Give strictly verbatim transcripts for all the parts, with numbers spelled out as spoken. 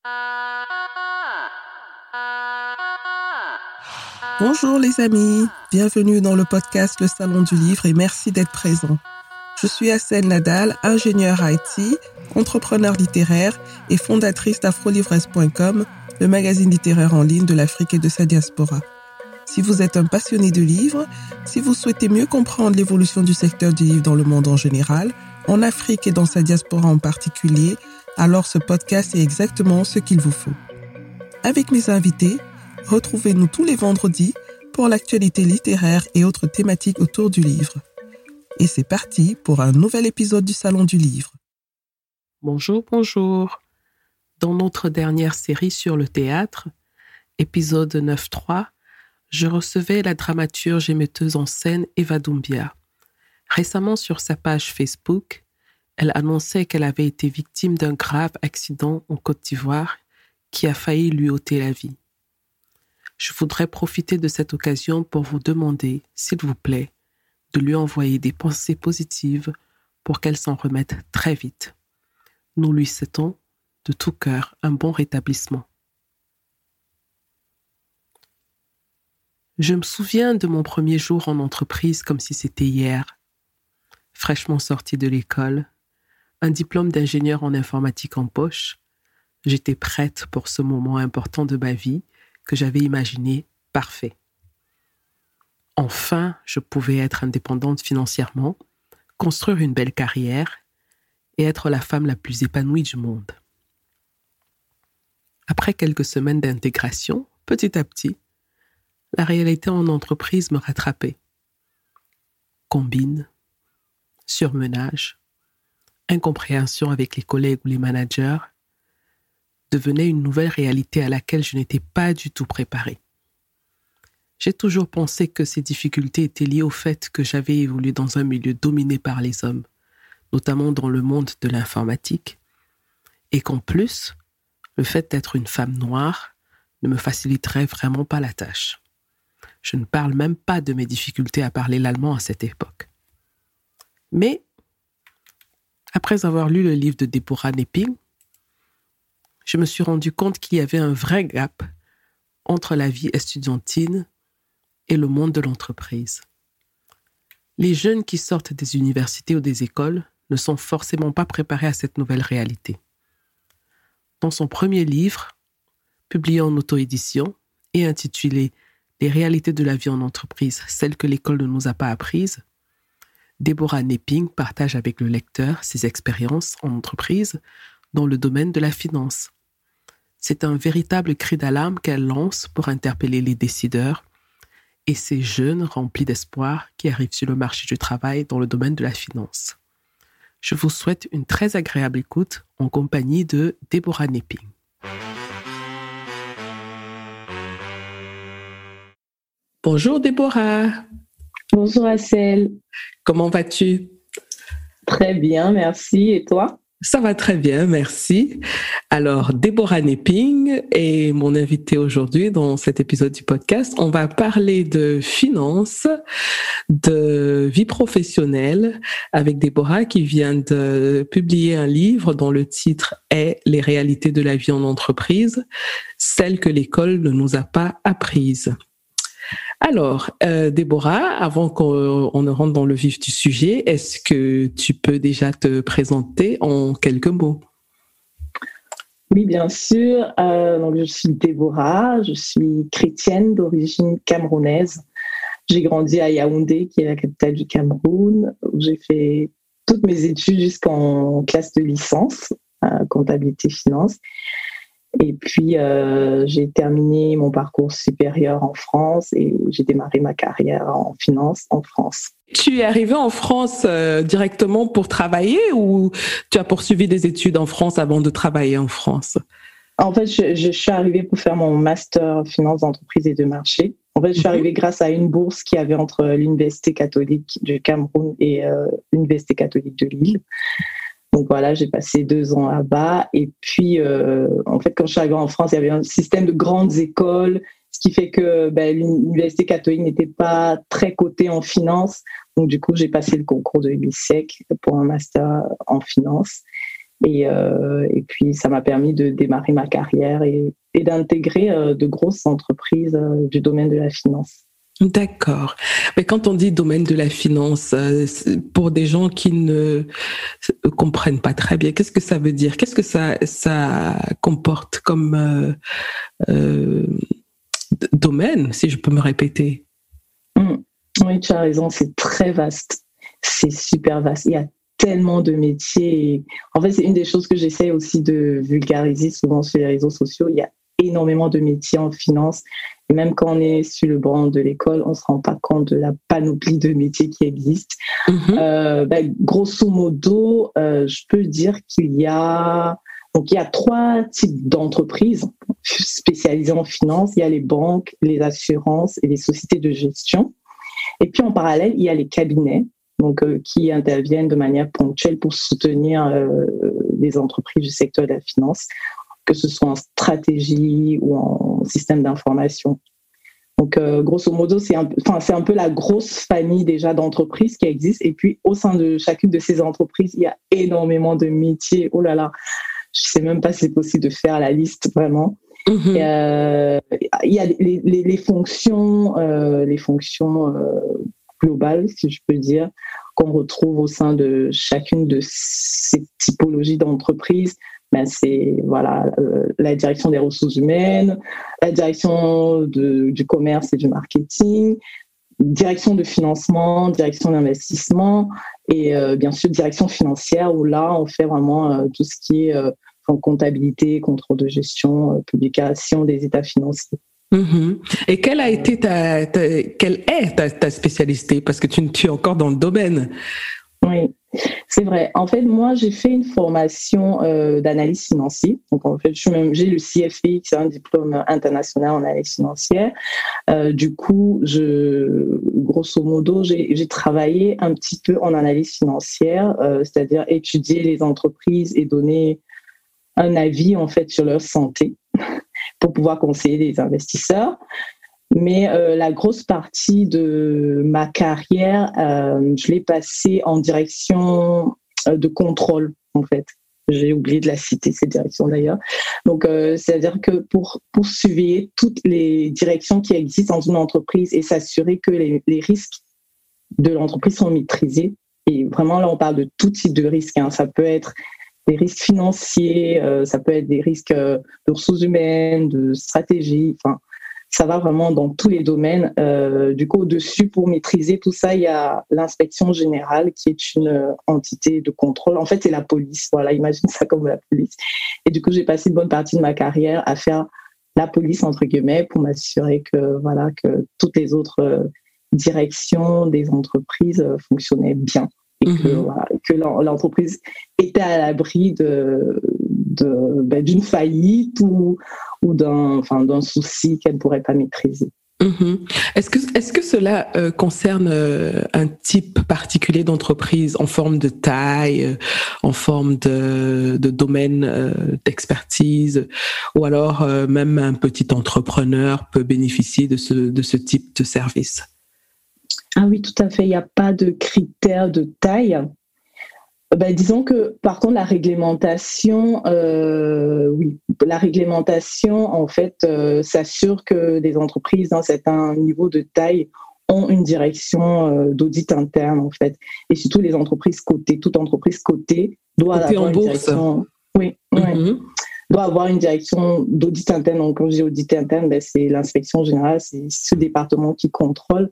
Bonjour les amis, bienvenue dans le podcast Le Salon du Livre et merci d'être présents. Je suis Assel Nadal, ingénieure I T, entrepreneur littéraire et fondatrice d'afrolivresses point com, le magazine littéraire en ligne de l'Afrique et de sa diaspora. Si vous êtes un passionné de livres, si vous souhaitez mieux comprendre l'évolution du secteur du livre dans le monde en général, en Afrique et dans sa diaspora en particulier, alors ce podcast est exactement ce qu'il vous faut. Avec mes invités, retrouvez-nous tous les vendredis pour l'actualité littéraire et autres thématiques autour du livre. Et c'est parti pour un nouvel épisode du Salon du Livre. Bonjour, bonjour. Dans notre dernière série sur le théâtre, épisode neuf trois, je recevais la dramaturge et metteuse en scène Eva Doumbia. Récemment, sur sa page Facebook, elle annonçait qu'elle avait été victime d'un grave accident en Côte d'Ivoire qui a failli lui ôter la vie. Je voudrais profiter de cette occasion pour vous demander, s'il vous plaît, de lui envoyer des pensées positives pour qu'elle s'en remette très vite. Nous lui souhaitons de tout cœur un bon rétablissement. Je me souviens de mon premier jour en entreprise comme si c'était hier. Fraîchement sortie de l'école, un diplôme d'ingénieur en informatique en poche, j'étais prête pour ce moment important de ma vie que j'avais imaginé parfait. Enfin, je pouvais être indépendante financièrement, construire une belle carrière et être la femme la plus épanouie du monde. Après quelques semaines d'intégration, petit à petit, la réalité en entreprise me rattrapait. Combine, surmenage, incompréhension avec les collègues ou les managers devenait une nouvelle réalité à laquelle je n'étais pas du tout préparée. J'ai toujours pensé que ces difficultés étaient liées au fait que j'avais évolué dans un milieu dominé par les hommes, notamment dans le monde de l'informatique, et qu'en plus, le fait d'être une femme noire ne me faciliterait vraiment pas la tâche. Je ne parle même pas de mes difficultés à parler l'allemand à cette époque. Mais, après avoir lu le livre de Deborah Nepping, je me suis rendu compte qu'il y avait un vrai gap entre la vie estudiantine et le monde de l'entreprise. Les jeunes qui sortent des universités ou des écoles ne sont forcément pas préparés à cette nouvelle réalité. Dans son premier livre, publié en auto-édition et intitulé « Les réalités de la vie en entreprise, celles que l'école ne nous a pas apprises », Deborah Nepping partage avec le lecteur ses expériences en entreprise dans le domaine de la finance. C'est un véritable cri d'alarme qu'elle lance pour interpeller les décideurs et ces jeunes remplis d'espoir qui arrivent sur le marché du travail dans le domaine de la finance. Je vous souhaite une très agréable écoute en compagnie de Deborah Nepping. Bonjour Deborah. Bonjour Assel. Comment vas-tu? Très bien, merci. Et toi? Ça va très bien, merci. Alors, Deborah Nepping est mon invitée aujourd'hui dans cet épisode du podcast. On va parler de finances, de vie professionnelle avec Deborah qui vient de publier un livre dont le titre est « Les réalités de la vie en entreprise, celles que l'école ne nous a pas apprises ». Alors, euh, Deborah, avant qu'on on ne rentre dans le vif du sujet, est-ce que tu peux déjà te présenter en quelques mots? Oui, bien sûr. Euh, donc, je suis Deborah, je suis chrétienne d'origine camerounaise. J'ai grandi à Yaoundé, qui est la capitale du Cameroun, où j'ai fait toutes mes études jusqu'en classe de licence, euh, comptabilité finance. Et puis, euh, j'ai terminé mon parcours supérieur en France et j'ai démarré ma carrière en finance en France. Tu es arrivée en France euh, directement pour travailler ou tu as poursuivi des études en France avant de travailler en France? En fait, je, je suis arrivée pour faire mon master finance d'entreprise et de marché. En fait, je suis arrivée grâce à une bourse qu'il y avait entre l'Université catholique du Cameroun et euh, l'Université catholique de Lille. Donc voilà, j'ai passé deux ans là-bas. Et puis, euh, en fait, quand je suis arrivée en France, il y avait un système de grandes écoles, ce qui fait que ben, l'Université catholique n'était pas très cotée en finance. Donc du coup, j'ai passé le concours de l'I B I S E C pour un master en finance. Et, euh, et puis, ça m'a permis de démarrer ma carrière et, et d'intégrer euh, de grosses entreprises euh, du domaine de la finance. D'accord. Mais quand on dit domaine de la finance, euh, pour des gens qui ne comprennent pas très bien, qu'est-ce que ça veut dire? Qu'est-ce que ça, ça comporte comme euh, euh, domaine, si je peux me répéter? Mmh. Oui, tu as raison, c'est très vaste. C'est super vaste. Il y a tellement de métiers. En fait, c'est une des choses que j'essaie aussi de vulgariser souvent sur les réseaux sociaux. Il y a énormément de métiers en finance. Et même quand on est sur le banc de l'école, on ne se rend pas compte de la panoplie de métiers qui existent. Mm-hmm. Euh, ben, grosso modo, euh, je peux dire qu'il y a, donc il y a trois types d'entreprises spécialisées en finance. Il y a les banques, les assurances et les sociétés de gestion. Et puis en parallèle, il y a les cabinets, donc euh, qui interviennent de manière ponctuelle pour soutenir euh, les entreprises du secteur de la finance, que ce soit en stratégie ou en système d'information. Donc, euh, grosso modo, c'est un, peu, c'est un peu la grosse famille déjà d'entreprises qui existe. Et puis, au sein de chacune de ces entreprises, il y a énormément de métiers. Oh là là, je ne sais même pas si c'est possible de faire la liste, vraiment. Mmh. Et, euh, il y a les, les, les fonctions, euh, les fonctions euh, globales, si je peux dire, qu'on retrouve au sein de chacune de ces typologies d'entreprises. Ben c'est voilà, euh, la direction des ressources humaines, la direction de, du commerce et du marketing, direction de financement, direction d'investissement et euh, bien sûr direction financière où là on fait vraiment euh, tout ce qui est euh, en comptabilité, contrôle de gestion, euh, publication des états financiers. Mmh. Et quelle a été ta, ta quelle est ta, ta spécialité parce que tu, tu es encore dans le domaine? Oui, c'est vrai. En fait, moi, j'ai fait une formation euh, d'analyse financière. Donc, en fait, je suis même, j'ai le C F I, c'est un diplôme international en analyse financière. Euh, du coup, je, grosso modo, j'ai, j'ai travaillé un petit peu en analyse financière, euh, c'est-à-dire étudier les entreprises et donner un avis, en fait, sur leur santé pour pouvoir conseiller les investisseurs. Mais euh, la grosse partie de ma carrière, euh, je l'ai passée en direction de contrôle, en fait. J'ai oublié de la citer, cette direction d'ailleurs. Donc, euh, c'est-à-dire que pour, pour surveiller toutes les directions qui existent dans une entreprise et s'assurer que les, les risques de l'entreprise sont maîtrisés. Et vraiment, là, on parle de tout type de risques. Hein. Ça peut être des risques financiers, euh, ça peut être des risques euh, de ressources humaines, de stratégie, enfin... Ça va vraiment dans tous les domaines. Euh, du coup, au-dessus, pour maîtriser tout ça, il y a l'inspection générale qui est une entité de contrôle. En fait, c'est la police. Voilà, imagine ça comme la police. Et du coup, j'ai passé une bonne partie de ma carrière à faire la police, entre guillemets, pour m'assurer que, voilà, que toutes les autres euh, directions des entreprises euh, fonctionnaient bien. Et que, mmh. voilà, que l'entreprise était à l'abri de, de, ben, d'une faillite ou, ou d'un, enfin, d'un souci qu'elle ne pourrait pas maîtriser. Mmh. Est-ce que, est-ce que cela euh, concerne euh, un type particulier d'entreprise en forme de taille, euh, en forme de, de domaine euh, d'expertise, ou alors euh, même un petit entrepreneur peut bénéficier de ce, de ce type de service? Ah oui, tout à fait. Il n'y a pas de critères de taille. Ben, disons que, par contre, la réglementation, euh, oui, la réglementation, en fait, euh, s'assure que des entreprises d'un certain niveau de taille ont une direction euh, d'audit interne, en fait. Et surtout, les entreprises cotées, toute entreprise cotée doit Côté avoir en une bourse. direction... Oui, mm-hmm. oui. doit avoir une direction d'audit interne. Donc, quand je dis audit interne, ben, c'est l'inspection générale, c'est ce département qui contrôle.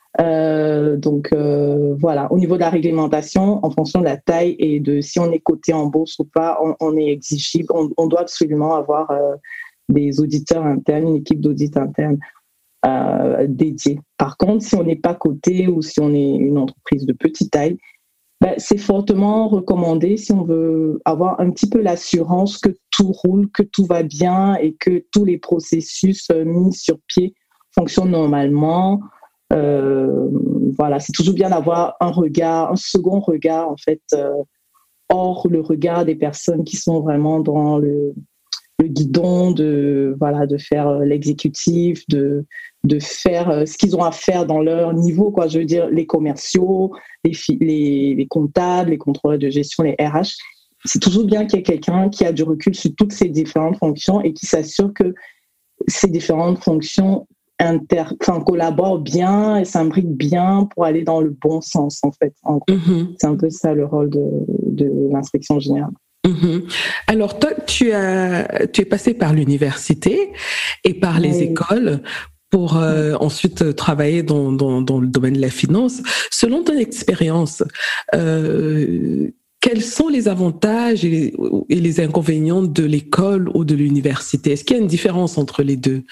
Euh, donc euh, voilà, au niveau de la réglementation, en fonction de la taille et de si on est coté en bourse ou pas, on, on est exigible, on, on doit absolument avoir euh, des auditeurs internes, une équipe d'audit interne euh, dédiée. Par contre, si on n'est pas coté ou si on est une entreprise de petite taille, ben, c'est fortement recommandé si on veut avoir un petit peu l'assurance que tout roule, que tout va bien et que tous les processus mis sur pied fonctionnent normalement. Euh, voilà, c'est toujours bien d'avoir un regard, un second regard en fait, euh, hors le regard des personnes qui sont vraiment dans le, le guidon de voilà de faire l'exécutif, de de faire ce qu'ils ont à faire dans leur niveau, quoi. Je veux dire les commerciaux, les les, les comptables, les contrôleurs de gestion, les R H. c'est toujours bien qu'il y ait quelqu'un qui a du recul sur toutes ces différentes fonctions et qui s'assure que ces différentes fonctions inter, enfin, collaborent bien et s'imbriquent bien pour aller dans le bon sens, en fait. En gros. Mm-hmm. C'est un peu ça le rôle de, de l'inspection générale. Mm-hmm. Alors, toi, tu, as, tu es passé par l'université et par les oui. écoles pour euh, ensuite travailler dans, dans, dans le domaine de la finance. Selon ton expérience, euh, quels sont les avantages et les, et les inconvénients de l'école ou de l'université? Est-ce qu'il y a une différence entre les deux?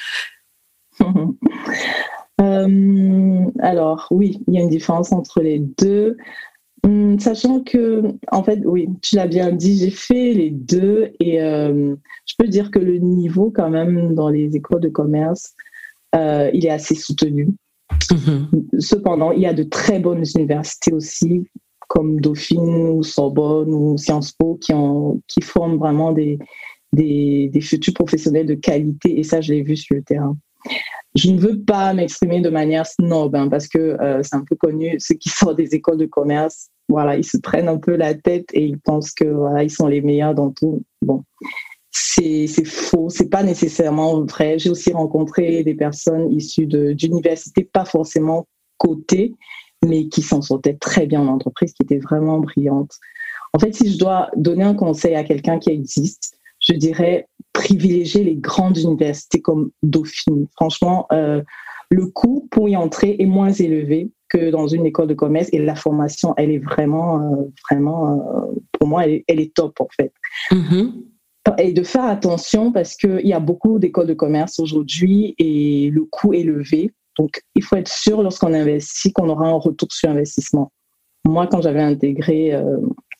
euh, Alors, oui, il y a une différence entre les deux. Hum, sachant que, en fait, oui, tu l'as bien dit, j'ai fait les deux et euh, je peux dire que le niveau, quand même, dans les écoles de commerce, euh, il est assez soutenu. Mm-hmm. Cependant, il y a de très bonnes universités aussi, comme Dauphine ou Sorbonne ou Sciences Po, qui, ont, qui forment vraiment des, des, des futurs professionnels de qualité, et ça, je l'ai vu sur le terrain. Je ne veux pas m'exprimer de manière snob, hein, parce que euh, c'est un peu connu, ceux qui sortent des écoles de commerce, voilà, ils se prennent un peu la tête et ils pensent que voilà, ils sont les meilleurs dans tout. Bon, c'est, c'est faux, c'est pas nécessairement vrai. J'ai aussi rencontré des personnes issues de, d'universités, pas forcément cotées, mais qui s'en sortaient très bien en entreprise, qui étaient vraiment brillantes. En fait, si je dois donner un conseil à quelqu'un qui existe, je dirais privilégier les grandes universités comme Dauphine. Franchement, euh, le coût pour y entrer est moins élevé que dans une école de commerce et la formation, elle est vraiment, euh, vraiment, euh, pour moi, elle est, elle est top en fait. Mm-hmm. Et de faire attention parce qu'il y a beaucoup d'écoles de commerce aujourd'hui et le coût est élevé. Donc, il faut être sûr lorsqu'on investit qu'on aura un retour sur investissement. Moi, quand j'avais intégré euh,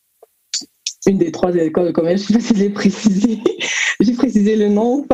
une des trois écoles de commerce, je ne sais pas si je l'ai précisé, j'ai précisé le nom ou pas.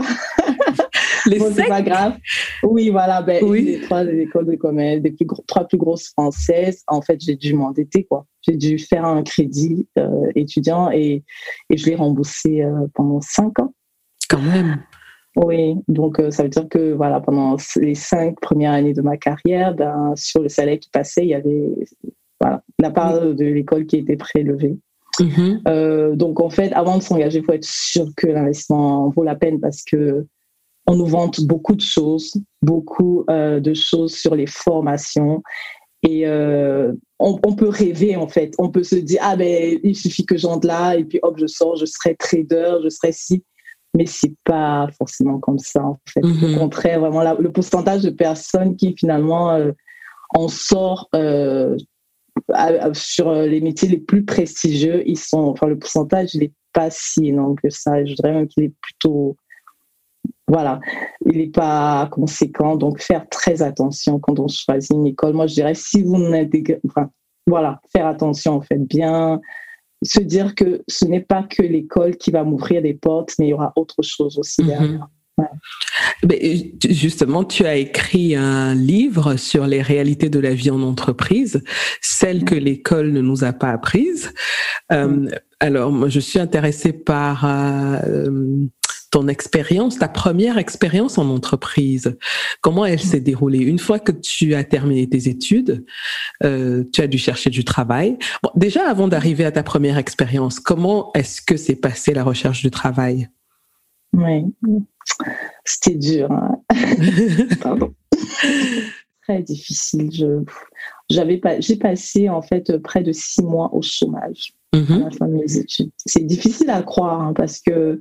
Les bon, c'est pas grave. Oui, voilà, ben, oui. Une des trois écoles de commerce, des plus gros, trois plus grosses françaises, en fait, j'ai dû m'endetter, quoi. J'ai dû faire un crédit euh, étudiant et, et je l'ai remboursé euh, pendant cinq ans. Quand même. Oui, donc euh, ça veut dire que voilà, pendant les cinq premières années de ma carrière, ben, sur le salaire qui passait, il y avait voilà, la part oui. de l'école qui était prélevée. Mm-hmm. Euh, donc en fait, avant de s'engager, il faut être sûr que l'investissement vaut la peine parce que on nous vante beaucoup de choses, beaucoup euh, de choses sur les formations et euh, on, on peut rêver en fait. On peut se dire ah ben il suffit que j'entre là et puis hop je sors, je serai trader, je serai ci. Mais c'est pas forcément comme ça en fait. Mm-hmm. Au contraire, vraiment la, le pourcentage de personnes qui finalement euh, en sort euh, à, à, sur les métiers les plus prestigieux, ils sont, enfin le pourcentage il n'est pas si énorme que ça. Je dirais même qu'il est plutôt, voilà, il n'est pas conséquent. Donc faire très attention quand on choisit une école. Moi je dirais si vous n'intégrez, enfin voilà, faire attention en fait, bien se dire que ce n'est pas que l'école qui va m'ouvrir des portes, mais il y aura autre chose aussi derrière. Mm-hmm. Ouais. Mais justement, tu as écrit un livre sur les réalités de la vie en entreprise, celles que l'école ne nous a pas apprises. Euh, alors, moi, je suis intéressée par euh, ton expérience, ta première expérience en entreprise. Comment elle s'est déroulée? Une fois que tu as terminé tes études, euh, tu as dû chercher du travail. Bon, déjà, avant d'arriver à ta première expérience, comment est-ce que s'est passée la recherche du travail? Oui, c'était dur. Hein. Pardon. Très difficile. Je, j'avais pas, j'ai passé en fait près de six mois au chômage mm-hmm. à la fin de mes études. C'est difficile à croire hein, parce que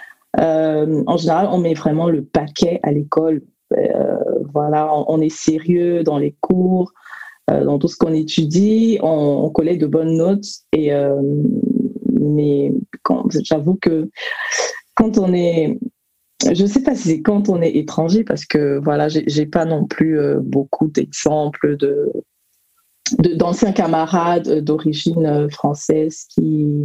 euh, en général, on met vraiment le paquet à l'école. Euh, voilà, on, on est sérieux dans les cours, euh, dans tout ce qu'on étudie, on, on collait de bonnes notes. Et euh, mais quand, j'avoue que quand on est, je ne sais pas si c'est quand on est étranger, parce que voilà, j'ai, j'ai pas non plus euh, beaucoup d'exemples de, de d'anciens camarades d'origine française qui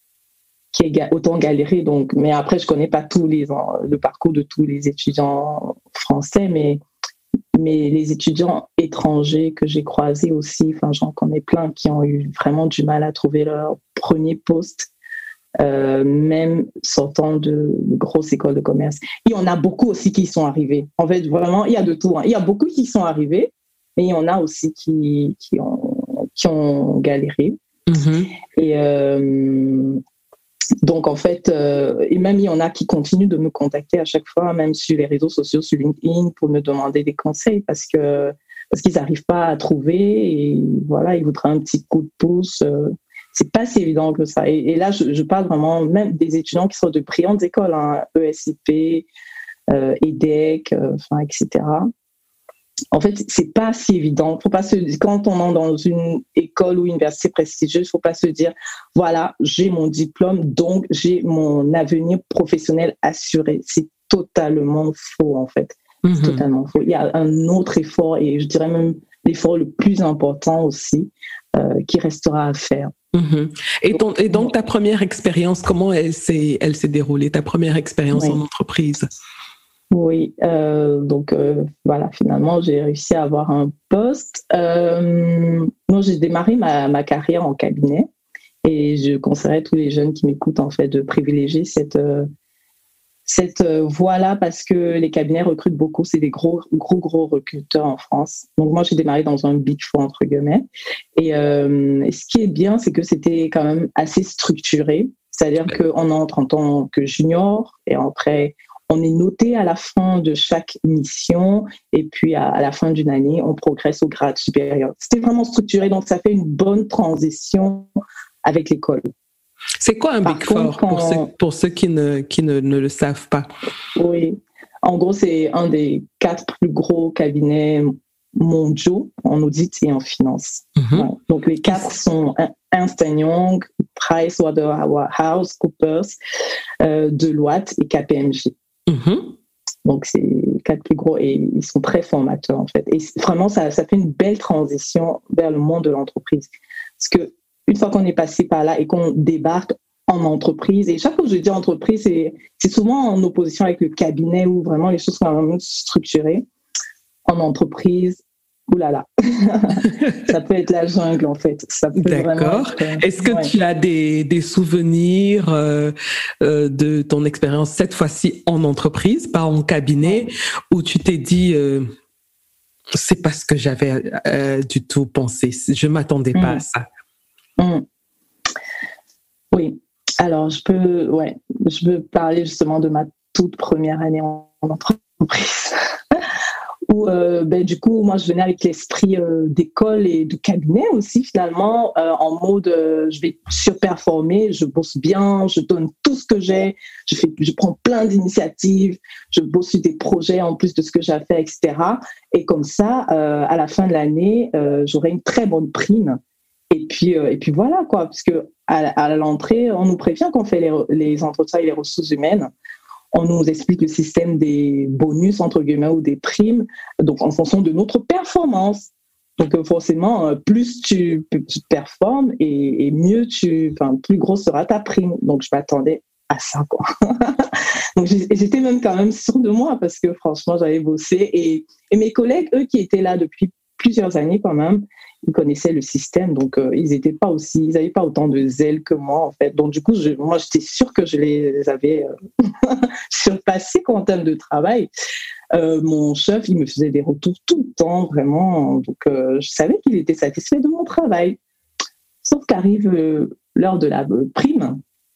qui est autant galéré. Donc, mais après, je connais pas tous les le parcours de tous les étudiants français, mais mais les étudiants étrangers que j'ai croisés aussi, enfin, j'en connais plein qui ont eu vraiment du mal à trouver leur premier poste. Euh, même sortant de, de grosses écoles de commerce. Il y en a beaucoup aussi qui sont arrivés. En fait, vraiment, il y a de tout. Hein. Il y a beaucoup qui sont arrivés, mais il y en a aussi qui, qui, ont, qui ont galéré. Mm-hmm. Et, euh, Donc, en fait, euh, et même il y en a qui continuent de me contacter à chaque fois, même sur les réseaux sociaux, sur LinkedIn, pour me demander des conseils parce que parce qu'ils n'arrivent pas à trouver et voilà, ils voudraient un petit coup de pouce. Euh, c'est pas si évident que ça. Et, et là, je, je parle vraiment même des étudiants qui sont de brillantes écoles, hein, E S I P, euh, E D E C, euh, enfin, et cetera. En fait, c'est pas si évident. Faut pas se, quand on est dans une école ou université prestigieuse, faut pas se dire, voilà, j'ai mon diplôme, donc j'ai mon avenir professionnel assuré. C'est totalement faux, en fait. Mm-hmm. C'est totalement faux. Il y a un autre effort, et je dirais même l'effort le plus important aussi, euh, qui restera à faire. Mm-hmm. Et, ton, et donc, ta première expérience, comment elle s'est, elle s'est déroulée, ta première expérience oui. en entreprise? Oui, euh, donc euh, voilà, finalement, j'ai réussi à avoir un poste. Euh, moi, j'ai démarré ma, ma carrière en cabinet et je conseillerais à tous les jeunes qui m'écoutent en fait de privilégier cette euh, cette voie-là parce que les cabinets recrutent beaucoup. C'est des gros, gros, gros recruteurs en France. Donc moi, j'ai démarré dans un big four entre guillemets. Et, euh, et ce qui est bien, c'est que c'était quand même assez structuré. C'est-à-dire qu'on entre en tant que junior et après on est noté à la fin de chaque mission et puis à, à la fin d'une année, on progresse au grade supérieur. C'était vraiment structuré, donc ça fait une bonne transition avec l'école. C'est quoi un Par Big contre, Four quand... pour, ceux, pour ceux qui, ne, qui ne, ne le savent pas? Oui, en gros, c'est un des quatre plus gros cabinets mondiaux en audit et en finance. Mm-hmm. Ouais. Donc les quatre sont Ernst and Young, PricewaterhouseCoopers, euh, Deloitte et K P M G. Mm-hmm. Donc, c'est les quatre plus gros et ils sont très formateurs, en fait. Et vraiment, ça, ça fait une belle transition vers le monde de l'entreprise. Parce qu'une fois qu'on est passé par là et qu'on débarque en entreprise, et chaque fois que je dis entreprise, c'est, c'est souvent en opposition avec le cabinet où vraiment les choses sont vraiment structurées. En entreprise, oulala, ça peut être la jungle en fait. Ça peut D'accord. Être, euh, Est-ce que ouais. tu as des, des souvenirs euh, euh, de ton expérience cette fois-ci en entreprise, pas en cabinet, où tu t'es dit euh, c'est pas ce que j'avais euh, du tout pensé, je m'attendais pas mmh. à ça. Mmh. Oui. Alors je peux, ouais, je peux parler justement de ma toute première année en, en entreprise. Où, euh, ben, du coup, moi, je venais avec l'esprit euh, d'école et de cabinet aussi, finalement, euh, en mode euh, je vais surperformer, je bosse bien, je donne tout ce que j'ai, je, fais, je prends plein d'initiatives, je bosse sur des projets en plus de ce que j'ai fait, et cetera. Et comme ça, euh, à la fin de l'année, euh, j'aurai une très bonne prime. Et puis, euh, et puis voilà, quoi, parce qu'à à l'entrée, on nous prévient qu'on fait les, les entretiens et les ressources humaines. On nous explique le système des bonus, entre guillemets, ou des primes, donc en fonction de notre performance. Donc forcément, plus tu, tu performes et, et mieux tu, enfin, plus grosse sera ta prime. Donc je m'attendais à ça, quoi. Donc j'étais même quand même sûre de moi parce que franchement, j'avais bossé. Et, et mes collègues, eux, qui étaient là depuis plusieurs années quand même, ils connaissaient le système, donc euh, ils étaient pas aussi, ils n'avaient pas autant de zèle que moi en fait. Donc du coup, je, moi j'étais sûre que je les avais euh, surpassés en termes de travail. Euh, mon chef, il me faisait des retours tout le temps, vraiment. Donc euh, je savais qu'il était satisfait de mon travail. Sauf qu'arrive euh, l'heure de la euh, prime.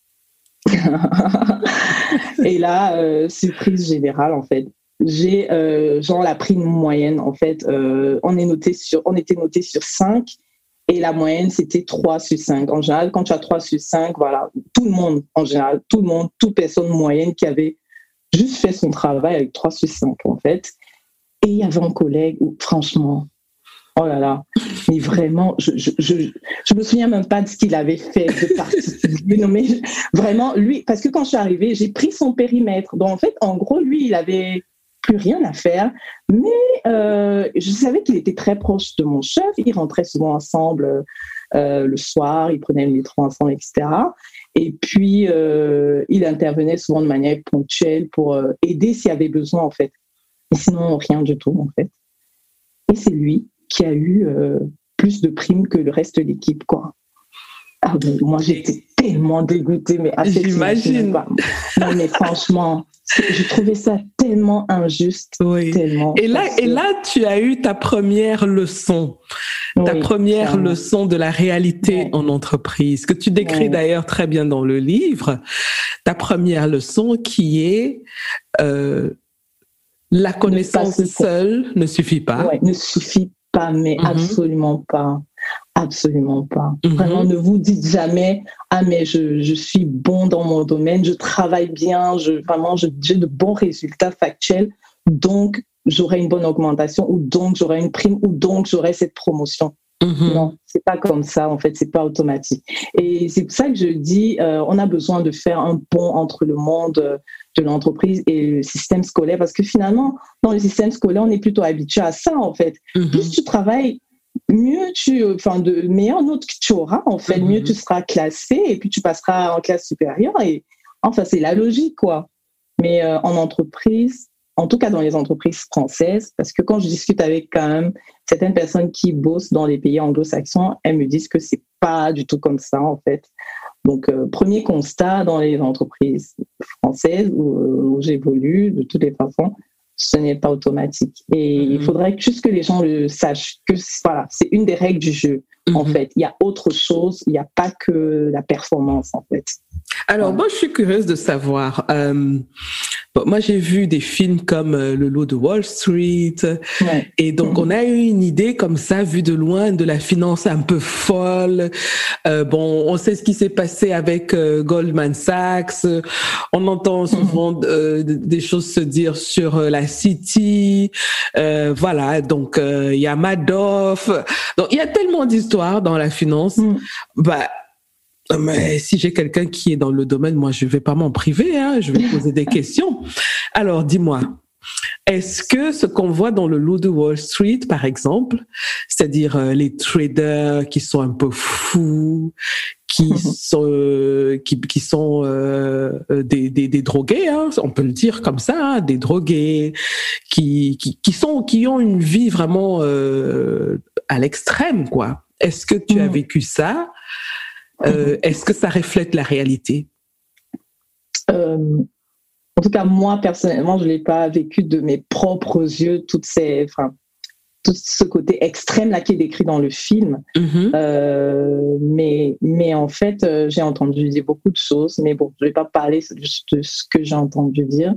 Et là, euh, surprise générale en fait. J'ai euh, genre la prime moyenne en fait, euh, on est noté sur, on était noté sur cinq et la moyenne c'était trois sur cinq. En général, quand tu as trois sur cinq, voilà, tout le monde en général, tout le monde, toute personne moyenne qui avait juste fait son travail avec trois sur cinq en fait. Et il y avait un collègue où franchement, oh là là, mais vraiment, je je je, je me souviens même pas de ce qu'il avait fait de particulier. Non mais vraiment lui, parce que quand je suis arrivée, j'ai pris son périmètre. Donc en fait, en gros, lui, il avait plus rien à faire, mais euh, je savais qu'il était très proche de mon chef, ils rentraient souvent ensemble euh, le soir, ils prenaient le métro ensemble, et cetera. Et puis, euh, il intervenait souvent de manière ponctuelle pour euh, aider s'il y avait besoin, en fait. Et sinon, rien du tout, en fait. Et c'est lui qui a eu euh, plus de primes que le reste de l'équipe, quoi. Ah, ben, moi, j'étais tellement dégoûtée, mais assez j'imagine. Pas. Non, mais franchement... Je trouvais ça tellement injuste. Oui. Tellement. Et là, et là, tu as eu ta première leçon. Ta oui, première clairement. leçon de la réalité ouais. en entreprise, que tu décris ouais. d'ailleurs très bien dans le livre. Ta première leçon qui est euh, la connaissance seule ne suffit pas. Ouais, ne suffit pas, mais mm-hmm. absolument pas. Absolument pas. Mm-hmm. Vraiment, ne vous dites jamais « Ah, mais je, je suis bon dans mon domaine, je travaille bien, je, vraiment, je, j'ai de bons résultats factuels, donc j'aurai une bonne augmentation, ou donc j'aurai une prime, ou donc j'aurai cette promotion. » Mm-hmm. Non, c'est pas comme ça, en fait, c'est pas automatique. Et c'est pour ça que je dis, euh, on a besoin de faire un pont entre le monde de l'entreprise et le système scolaire, parce que finalement, dans le système scolaire, on est plutôt habitué à ça, en fait. Mm-hmm. Plus tu travailles, mieux tu, enfin, de meilleures notes que tu auras, en fait, mm-hmm. mieux tu seras classé, et puis tu passeras en classe supérieure, et enfin, c'est la logique, quoi. Mais euh, en entreprise, en tout cas dans les entreprises françaises, parce que quand je discute avec quand même certaines personnes qui bossent dans les pays anglo-saxons, elles me disent que c'est pas du tout comme ça, en fait. Donc, euh, premier constat dans les entreprises françaises où, où j'évolue, de toutes les façons, ce n'est pas automatique. Et mmh. il faudrait juste que les gens le sachent, que voilà, c'est une des règles du jeu, mmh. en fait. Il y a autre chose, il n'y a pas que la performance, en fait. Alors, ouais. moi, je suis curieuse de savoir. Euh, bon, moi, j'ai vu des films comme euh, Le Loup de Wall Street. Ouais. Et donc, mmh. on a eu une idée comme ça, vue de loin, de la finance un peu folle. Euh, bon, on sait ce qui s'est passé avec euh, Goldman Sachs. On entend souvent mmh. euh, des choses se dire sur euh, la City. Euh, voilà, donc, il euh, y a Madoff. Donc, il y a tellement d'histoires dans la finance. Mmh. Bah, mais si j'ai quelqu'un qui est dans le domaine, moi, je ne vais pas m'en priver, hein, je vais poser des questions. Alors, dis-moi, est-ce que ce qu'on voit dans le Loup de Wall Street, par exemple, c'est-à-dire euh, les traders qui sont un peu fous, qui sont, euh, qui, qui sont euh, des, des, des drogués, hein, on peut le dire comme ça, hein, des drogués, qui, qui, qui, sont, qui ont une vie vraiment euh, à l'extrême, quoi. Est-ce que tu as vécu ça ? Euh, est-ce que ça reflète la réalité ? euh, En tout cas, moi, personnellement, je ne l'ai pas vécu de mes propres yeux, toutes ces, enfin, tout ce côté extrême-là qui est décrit dans le film. Mm-hmm. Euh, mais, mais en fait, euh, j'ai entendu dire beaucoup de choses, mais bon, je ne vais pas parler de, de ce que j'ai entendu dire.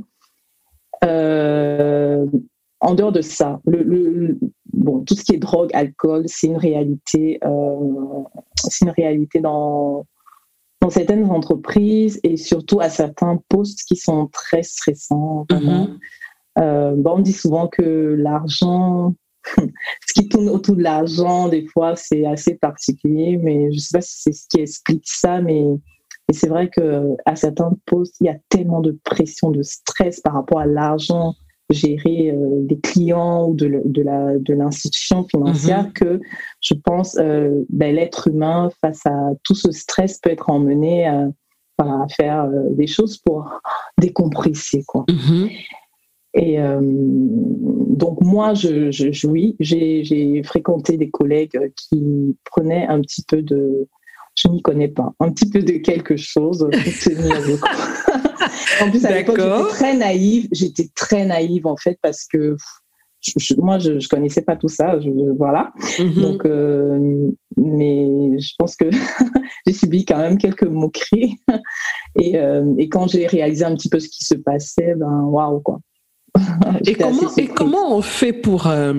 Euh, en dehors de ça, le, le, bon, tout ce qui est drogue, alcool, c'est une réalité, euh, c'est une réalité dans, dans certaines entreprises et surtout à certains postes qui sont très stressants. Vraiment. Mm-hmm. Euh, bon, on dit souvent que l'argent, ce qui tourne autour de l'argent, des fois, c'est assez particulier, mais je ne sais pas si c'est ce qui explique ça, mais et c'est vrai qu'à certains postes, il y a tellement de pression, de stress par rapport à l'argent, gérer euh, des clients ou de, de, la, de l'institution financière mm-hmm. que je pense euh, ben, l'être humain face à tout ce stress peut être emmené à, à faire euh, des choses pour décompresser, quoi. Mm-hmm. Et euh, donc moi, je, je, je, oui, j'ai, j'ai fréquenté des collègues qui prenaient un petit peu de, je m'y connais pas, un petit peu de quelque chose pour tenir le coup. En plus, à D'accord. l'époque, j'étais très naïve. J'étais très naïve, en fait, parce que je, je, moi, je ne connaissais pas tout ça. Je, voilà. Mm-hmm. Donc, euh, mais je pense que j'ai subi quand même quelques moqueries. Et, euh, et quand j'ai réalisé un petit peu ce qui se passait, ben, waouh, quoi. Et comment, et comment on fait pour, euh,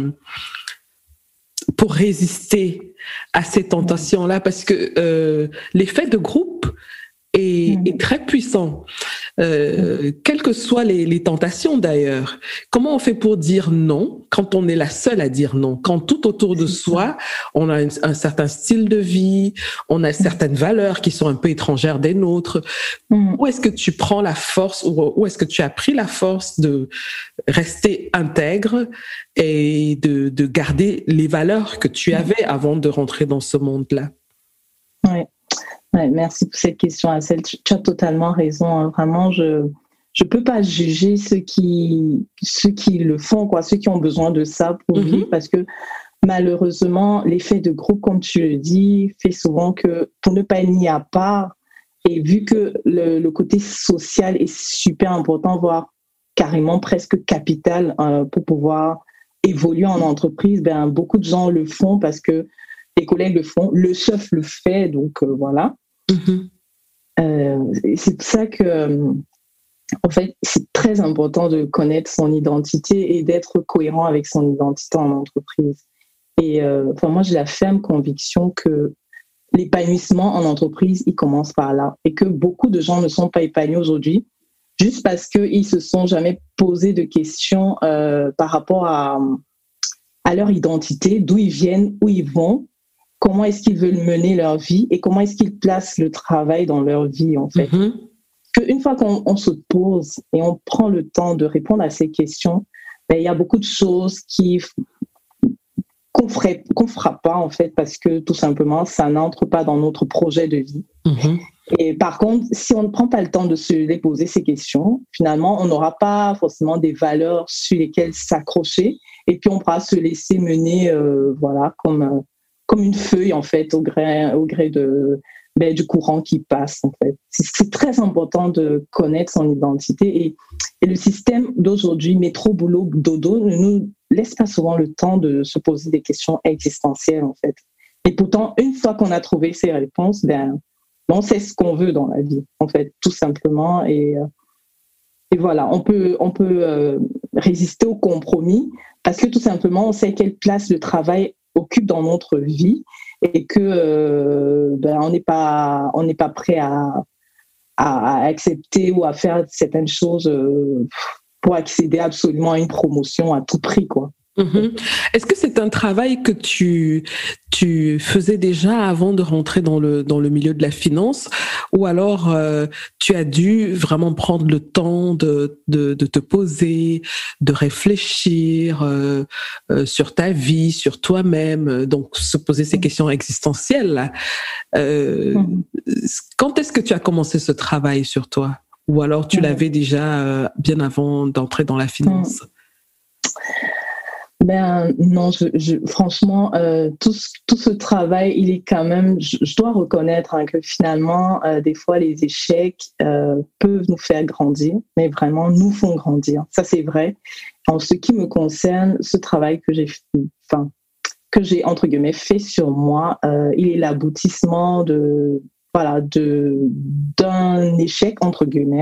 pour résister à ces tentations-là ? Parce que euh, l'effet de groupe est, mmh. est très puissant, euh, mmh. quelles que soient les, les tentations d'ailleurs. Comment on fait pour dire non quand on est la seule à dire non ? Quand tout autour de soi, on a un, un certain style de vie, on a certaines valeurs qui sont un peu étrangères des nôtres. Mmh. Où est-ce que tu prends la force, ou où est-ce que tu as pris la force de rester intègre et de, de garder les valeurs que tu avais avant de rentrer dans ce monde-là ? Oui. Ouais, merci pour cette question, Assel. Tu, tu as totalement raison. Hein. Vraiment, je je peux pas juger ceux qui ceux qui le font, quoi, ceux qui ont besoin de ça pour mm-hmm. vivre, parce que malheureusement, l'effet de groupe, comme tu le dis, fait souvent que pour ne pas être mis à part, et vu que le, le côté social est super important, voire carrément presque capital euh, pour pouvoir évoluer en entreprise. Ben, beaucoup de gens le font parce que les collègues le font, le chef le fait, donc euh, voilà. Mm-hmm. Euh, c'est pour ça que, euh, en fait, c'est très important de connaître son identité et d'être cohérent avec son identité en entreprise. Et euh, enfin, moi, j'ai la ferme conviction que l'épanouissement en entreprise, il commence par là. Et que beaucoup de gens ne sont pas épanouis aujourd'hui juste parce qu'ils ne se sont jamais posé de questions euh, par rapport à, à leur identité, d'où ils viennent, où ils vont, comment est-ce qu'ils veulent mener leur vie et comment est-ce qu'ils placent le travail dans leur vie, en fait. Mm-hmm. Qu'une fois qu'on on se pose et on prend le temps de répondre à ces questions, ben, il y a beaucoup de choses qui... qu'on ferait, qu'on fera pas, en fait, parce que tout simplement, ça n'entre pas dans notre projet de vie. Mmh. Et par contre, si on ne prend pas le temps de se les poser ces questions, finalement, on n'aura pas forcément des valeurs sur lesquelles s'accrocher et puis on pourra se laisser mener, euh, voilà, comme, euh, comme une feuille, en fait, au gré, au gré de, ben, du courant qui passe, en fait. C'est, c'est très important de connaître son identité et, et le système d'aujourd'hui, métro, boulot, dodo, ne nous laisse pas souvent le temps de se poser des questions existentielles, en fait. Et pourtant, une fois qu'on a trouvé ces réponses, ben, on sait ce qu'on veut dans la vie, en fait, tout simplement. Et, et voilà, on peut, on peut euh, résister au compromis parce que tout simplement, on sait quelle place le travail occupe dans notre vie et que euh, ben, on n'est pas, on n'est pas prêt à, à, à accepter ou à faire certaines choses euh, pour accéder absolument à une promotion à tout prix, quoi. Mmh. Est-ce que c'est un travail que tu, tu faisais déjà avant de rentrer dans le, dans le milieu de la finance ou alors euh, tu as dû vraiment prendre le temps de, de, de te poser, de réfléchir euh, euh, sur ta vie, sur toi-même, donc se poser ces questions existentielles. Euh, mmh. Quand est-ce que tu as commencé ce travail sur toi? Ou alors tu mmh. l'avais déjà euh, bien avant d'entrer dans la finance? mmh. Ben non, je, je, franchement, euh, tout, ce, tout ce travail, il est quand même, je, je dois reconnaître hein, que finalement, euh, des fois, les échecs euh, peuvent nous faire grandir, mais vraiment nous font grandir. Ça, c'est vrai. En ce qui me concerne, ce travail que j'ai, enfin, que j'ai entre guillemets fait sur moi, euh, il est l'aboutissement de, voilà, de d'un échec entre guillemets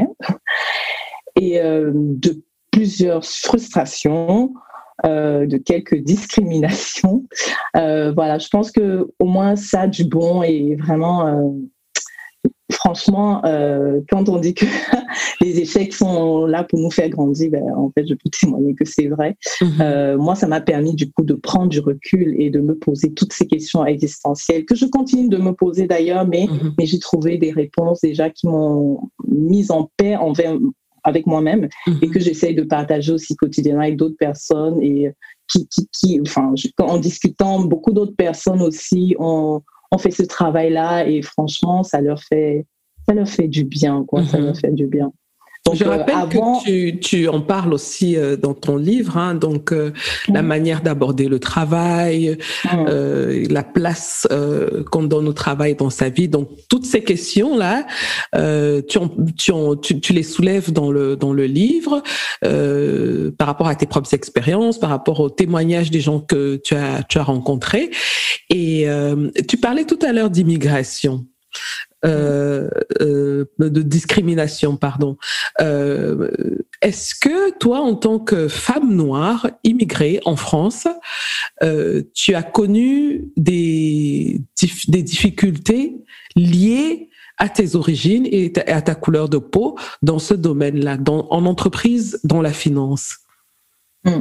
et euh, de plusieurs frustrations. Euh, de quelques discriminations. Euh, voilà, je pense que au moins ça a du bon et vraiment, euh, franchement, euh, quand on dit que les échecs sont là pour nous faire grandir, ben, en fait, je peux témoigner que c'est vrai. Mm-hmm. Euh, moi, ça m'a permis du coup de prendre du recul et de me poser toutes ces questions existentielles que je continue de me poser d'ailleurs, mais, mm-hmm. mais j'ai trouvé des réponses déjà qui m'ont mise en paix envers avec moi-même mmh. et que j'essaye de partager aussi quotidiennement avec d'autres personnes et qui, qui, qui enfin, en discutant, beaucoup d'autres personnes aussi ont, ont fait ce travail-là et franchement, ça leur fait, ça leur fait du bien, quoi, mmh. ça leur fait du bien. Donc, je rappelle euh, avant... que tu, tu en parles aussi euh, dans ton livre, hein, donc euh, mmh. la manière d'aborder le travail, mmh. euh, la place euh, qu'on donne au travail dans sa vie. Donc toutes ces questions-là, euh, tu, en, tu, en, tu, tu les soulèves dans le dans le livre euh, par rapport à tes propres expériences, par rapport aux témoignages des gens que tu as tu as rencontrés. Et euh, tu parlais tout à l'heure d'immigration. Euh, euh, de discrimination, pardon. Euh, est-ce que toi, en tant que femme noire immigrée en France, euh, tu as connu des, des difficultés liées à tes origines et à ta couleur de peau dans ce domaine-là, dans, en entreprise, dans la finance? Mmh.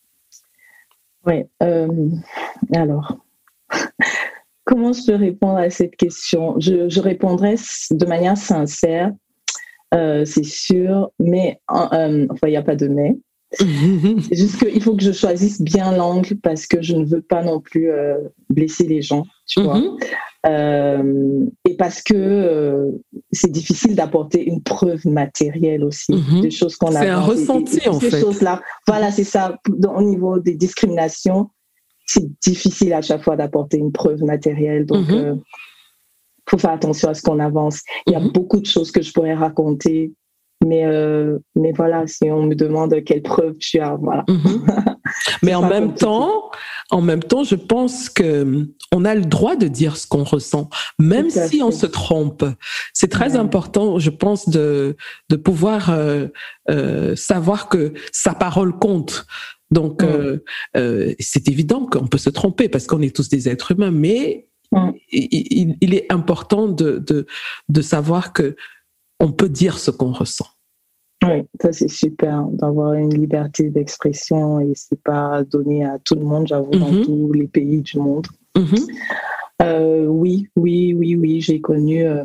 Oui. Euh, alors... Comment je peux répondre à cette question? je, je répondrai de manière sincère, euh, c'est sûr, mais euh, enfin, il n'y a pas de mais. C'est juste qu'il faut que je choisisse bien l'angle parce que je ne veux pas non plus euh, blesser les gens, tu vois. Mm-hmm. Euh, et parce que euh, c'est difficile d'apporter une preuve matérielle aussi, mm-hmm. des choses qu'on a. C'est un ressenti, et, et, et, en ces fait. Choses-là. Voilà, c'est ça. Au niveau des discriminations, c'est difficile à chaque fois d'apporter une preuve matérielle. Donc, il mm-hmm. euh, faut faire attention à ce qu'on avance. Il y a mm-hmm. beaucoup de choses que je pourrais raconter Mais, euh, mais voilà, si on me demande quelle preuve tu as, voilà. Mm-hmm. Mais en même temps, en même temps, je pense que on a le droit de dire ce qu'on ressent, même si fait. on se trompe. C'est très ouais. important, je pense, de de pouvoir euh, euh, savoir que sa parole compte. Donc, mm. euh, euh, c'est évident qu'on peut se tromper parce qu'on est tous des êtres humains, mais mm. il, il, il est important de de de savoir que on peut dire ce qu'on ressent. Oui, ça c'est super d'avoir une liberté d'expression et c'est pas donné à tout le monde, j'avoue, mm-hmm. dans tous les pays du monde. Mm-hmm. Euh, oui, oui, oui, oui, j'ai connu. Euh...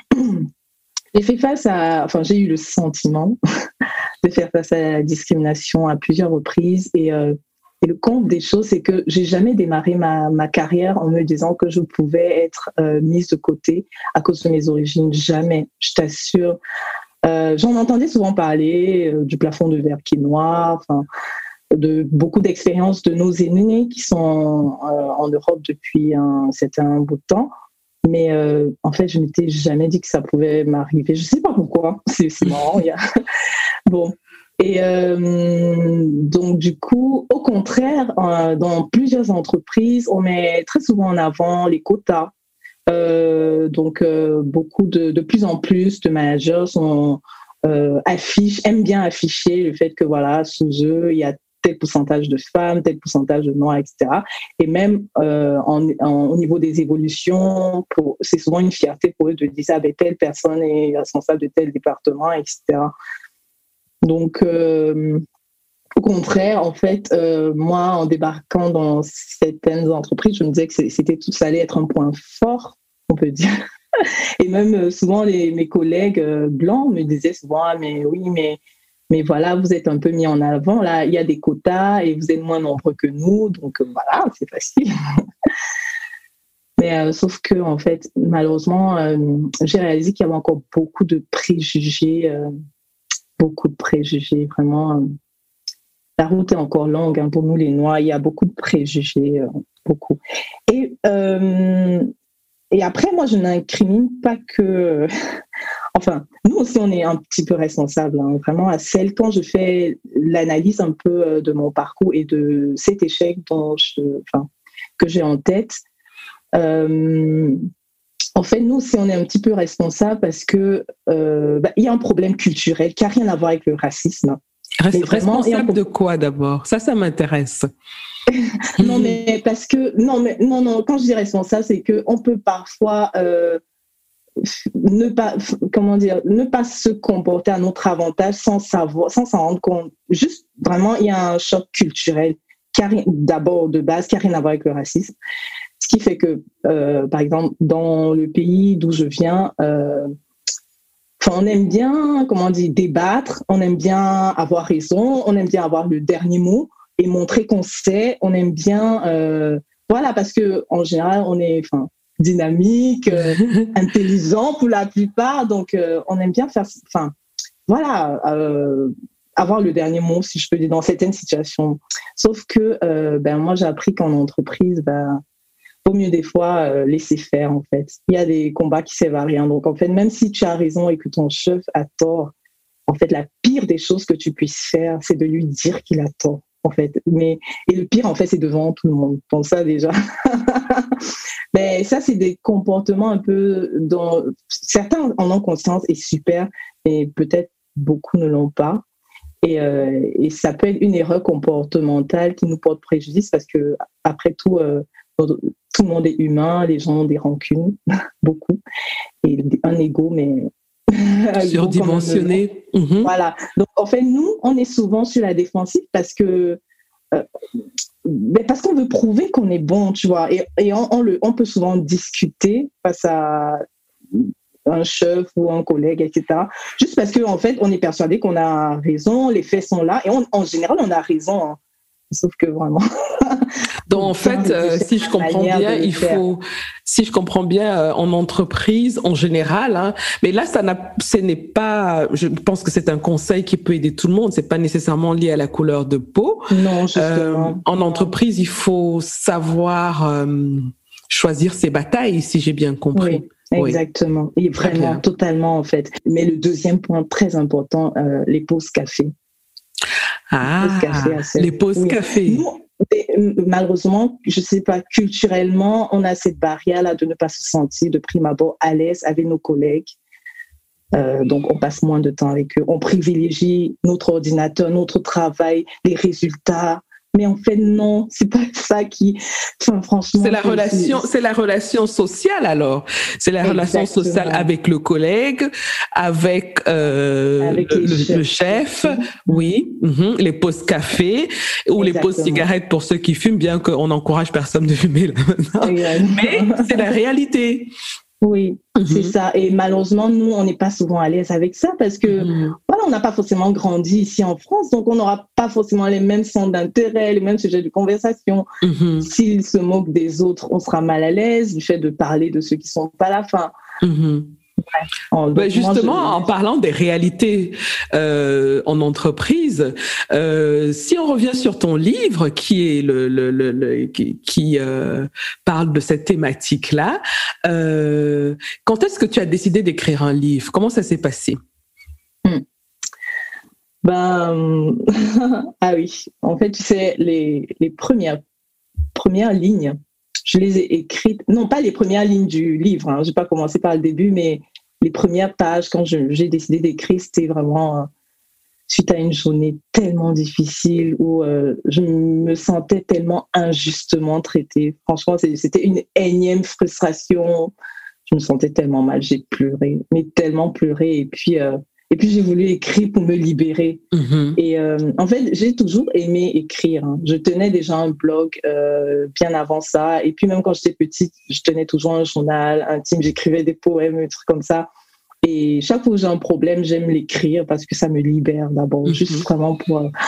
j'ai fait face à, enfin, j'ai eu le sentiment de faire face à la discrimination à plusieurs reprises et, euh, et le compte des choses, c'est que j'ai jamais démarré ma, ma carrière en me disant que je pouvais être euh, mise de côté à cause de mes origines. Jamais, je t'assure. Euh, j'en entendais souvent parler euh, du plafond de verre qui est noir, enfin, de beaucoup d'expériences de nos aînés qui sont euh, en Europe depuis un certain bout de temps. Mais euh, en fait, je m'étais jamais dit que ça pouvait m'arriver. Je sais pas pourquoi. C'est, c'est marrant. Il y a... Bon. Et euh, donc, du coup, au contraire, euh, dans plusieurs entreprises, on met très souvent en avant les quotas. Euh, donc, euh, beaucoup de, de plus en plus de managers sont, euh, affichent, aiment bien afficher le fait que, voilà, sous eux, il y a tel pourcentage de femmes, tel pourcentage de noirs, et cetera. Et même euh, en, en, au niveau des évolutions, pour, c'est souvent une fierté pour eux de dire ah, ben, telle personne est responsable de tel département, et cetera. Donc, euh, au contraire, en fait, euh, moi, en débarquant dans certaines entreprises, je me disais que c'était tout, ça allait être un point fort, on peut dire. Et même euh, souvent, les, mes collègues euh, blancs me disaient souvent ah, mais oui, mais Mais voilà, vous êtes un peu mis en avant. Là, il y a des quotas et vous êtes moins nombreux que nous. Donc, euh, voilà, c'est facile. Mais euh, sauf que, en fait, malheureusement, euh, j'ai réalisé qu'il y avait encore beaucoup de préjugés. Euh, beaucoup de préjugés, vraiment. Euh, la route est encore longue hein, pour nous, les Noirs. Il y a beaucoup de préjugés, euh, beaucoup. Et, euh, et après, moi, je n'incrimine pas que... Enfin, nous aussi, on est un petit peu responsables, hein, vraiment, à celle quand je fais l'analyse un peu de mon parcours et de cet échec dont je, enfin, que j'ai en tête. Euh, en fait, nous aussi, on est un petit peu responsables parce que euh, bah, il y a un problème culturel qui n'a rien à voir avec le racisme. Reste, vraiment, responsable de quoi d'abord ? Ça, ça m'intéresse. non, mais parce que non, mais non, non. Quand je dis responsable, c'est que on peut parfois euh, ne pas, comment dire, ne pas se comporter à notre avantage sans savoir, sans s'en rendre compte. Juste, vraiment, il y a un choc culturel qui a, d'abord de base, qui n'a rien à voir avec le racisme. Ce qui fait que, euh, par exemple, dans le pays d'où je viens, euh, on aime bien, comment dire, débattre, on aime bien avoir raison, on aime bien avoir le dernier mot et montrer qu'on sait, on aime bien, euh, voilà, parce que en général, on est, enfin, dynamique, euh, intelligent pour la plupart, donc euh, on aime bien faire, enfin, voilà, euh, avoir le dernier mot, si je peux dire, dans certaines situations. Sauf que, euh, ben moi, j'ai appris qu'en entreprise, ben vaut mieux des fois euh, laisser faire, en fait. Il y a des combats qui servent à rien. Donc, en fait, même si tu as raison et que ton chef a tort, en fait, la pire des choses que tu puisses faire, c'est de lui dire qu'il a tort, en fait. Mais, et le pire, en fait, c'est devant tout le monde. Donc ça, déjà. Mais ça, c'est des comportements un peu dont certains en ont conscience et super, mais peut-être beaucoup ne l'ont pas. Et, euh, et ça peut être une erreur comportementale qui nous porte préjudice parce que, après tout, euh, tout le monde est humain, les gens ont des rancunes, beaucoup, et un ego, mais surdimensionné. Mmh. Voilà. Donc, en fait, nous, on est souvent sur la défensive parce que, euh, mais parce qu'on veut prouver qu'on est bon, tu vois, et, et on, on, le, on peut souvent discuter face à un chef ou un collègue, et cetera. Juste parce qu'en en fait, on est persuadé qu'on a raison, les faits sont là, et on, en général, on a raison. Hein. Sauf que vraiment. Donc en fait, euh, si je comprends bien, il faut, si je comprends bien, euh, en entreprise, en général, hein, mais là, ça n'a, ce n'est pas, je pense que c'est un conseil qui peut aider tout le monde. C'est pas nécessairement lié à la couleur de peau. Non, justement. Euh, en entreprise, il faut savoir euh, choisir ses batailles, si j'ai bien compris. Oui. Exactement. Oui. Et vraiment, totalement, en fait. Mais le deuxième point très important, euh, les pauses café. Ah, les pauses café. Assez... Les pauses oui. café. Nous, malheureusement, je ne sais pas, culturellement, on a cette barrière-là de ne pas se sentir de prime abord à l'aise avec nos collègues. Euh, donc, on passe moins de temps avec eux. On privilégie notre ordinateur, notre travail, les résultats. Mais en fait, non, c'est pas ça qui. Enfin, franchement. C'est la relation, c'est la relation sociale alors. C'est la Exactement. relation sociale avec le collègue, avec, euh, avec le, le chef, mmh. oui, mmh, les pauses café ou Exactement. les pauses cigarettes pour ceux qui fument, bien qu'on n'encourage personne de fumer là maintenant. Mais c'est la réalité. Oui, mm-hmm. c'est ça. Et malheureusement, nous, on n'est pas souvent à l'aise avec ça parce que, mm-hmm. voilà, on n'a pas forcément grandi ici en France, donc on n'aura pas forcément les mêmes centres d'intérêt, les mêmes sujets de conversation. Mm-hmm. S'ils se moquent des autres, on sera mal à l'aise du fait de parler de ceux qui sont pas là. Enfin, mm-hmm. Ouais, ben justement, moi, je... en parlant des réalités euh, en entreprise, euh, si on revient sur ton livre qui est le, le, le, le qui, qui euh, parle de cette thématique-là, euh, quand est-ce que tu as décidé d'écrire un livre? Comment ça s'est passé? hmm. Ben ah oui, en fait, tu sais, les les premières premières lignes. Je les ai écrites, non pas les premières lignes du livre, hein, je n'ai pas commencé par le début, mais les premières pages, quand je, j'ai décidé d'écrire, c'était vraiment euh, suite à une journée tellement difficile où euh, je me sentais tellement injustement traitée. Franchement, c'était une énième frustration. Je me sentais tellement mal, j'ai pleuré, mais tellement pleuré. Et puis, euh, et puis j'ai voulu écrire pour me libérer. Mm-hmm. Et euh, en fait, j'ai toujours aimé écrire. Hein. Je tenais déjà un blog euh, bien avant ça. Et puis même quand j'étais petite, je tenais toujours un journal intime. J'écrivais des poèmes, des trucs comme ça. Et chaque fois que j'ai un problème, j'aime l'écrire parce que ça me libère d'abord. Mm-hmm. Juste vraiment pour euh,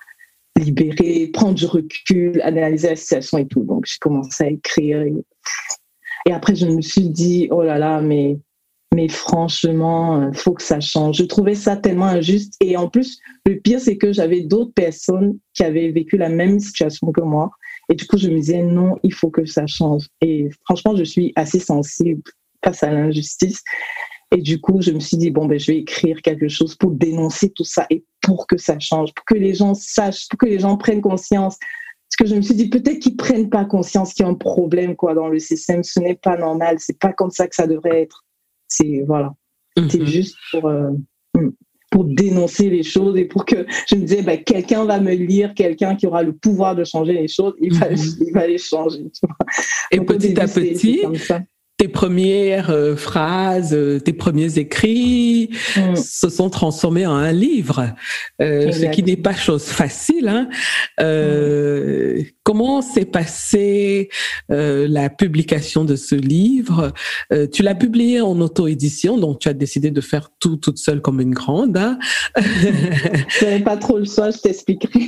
libérer, prendre du recul, analyser la situation et tout. Donc j'ai commencé à écrire. Et, et après, je me suis dit, oh là là, mais... Mais franchement, il faut que ça change. Je trouvais ça tellement injuste. Et en plus, le pire, c'est que j'avais d'autres personnes qui avaient vécu la même situation que moi. Et du coup, je me disais, non, il faut que ça change. Et franchement, je suis assez sensible face à l'injustice. Et du coup, je me suis dit, bon, ben, je vais écrire quelque chose pour dénoncer tout ça et pour que ça change, pour que les gens sachent, pour que les gens prennent conscience. Parce que je me suis dit, peut-être qu'ils ne prennent pas conscience qu'il y a un problème quoi, dans le système. Ce n'est pas normal. Ce n'est pas comme ça que ça devrait être. C'est voilà, mm-hmm. c'est juste pour euh, pour dénoncer les choses et pour que je me disais bah, quelqu'un va me lire, quelqu'un qui aura le pouvoir de changer les choses, il va mm-hmm. il va les changer. Tu vois. Et donc, petit début, à petit, tes premières euh, phrases, euh, tes premiers écrits mm. se sont transformés en un livre, euh, ce qui n'est pas chose facile. Hein. Euh, mm. Comment s'est passée euh, la publication de ce livre? euh, Tu l'as publié en auto-édition, donc tu as décidé de faire tout toute seule comme une grande. Hein. Je n'avais pas trop le choix, je t'expliquerai.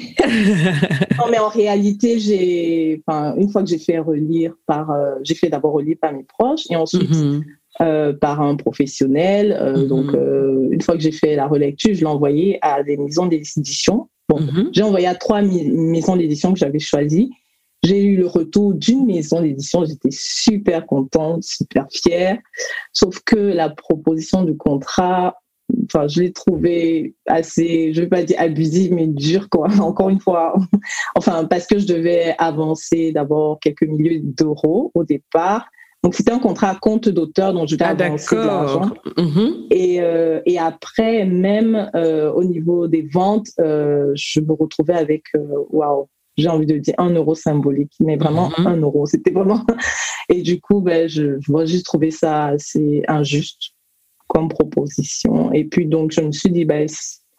Non, mais en réalité, j'ai, enfin, une fois que j'ai fait relire par, euh, j'ai fait d'abord relire par mes proches. Et ensuite, mm-hmm. euh, par un professionnel. Euh, mm-hmm. Donc, euh, une fois que j'ai fait la relecture, je l'ai envoyé à des maisons d'édition. Bon, mm-hmm. j'ai envoyé à trois mi- maisons d'édition que j'avais choisies. J'ai eu le retour d'une maison d'édition. J'étais super contente, super fière. Sauf que la proposition du contrat, enfin, je l'ai trouvé assez, je ne vais pas dire abusive, mais dure, quoi. Encore une fois. Enfin, parce que je devais avancer d'abord quelques milliers d'euros au départ. Donc, c'était un contrat à compte d'auteur dont je devais ah, avancer de l'argent. Mm-hmm. Et, euh, et après, même euh, au niveau des ventes, euh, je me retrouvais avec, waouh, wow, j'ai envie de dire un euro symbolique, mais vraiment mm-hmm. un euro. C'était vraiment... Et du coup, ben, je, je juste trouvé ça assez injuste comme proposition. Et puis, donc, je me suis dit, ben,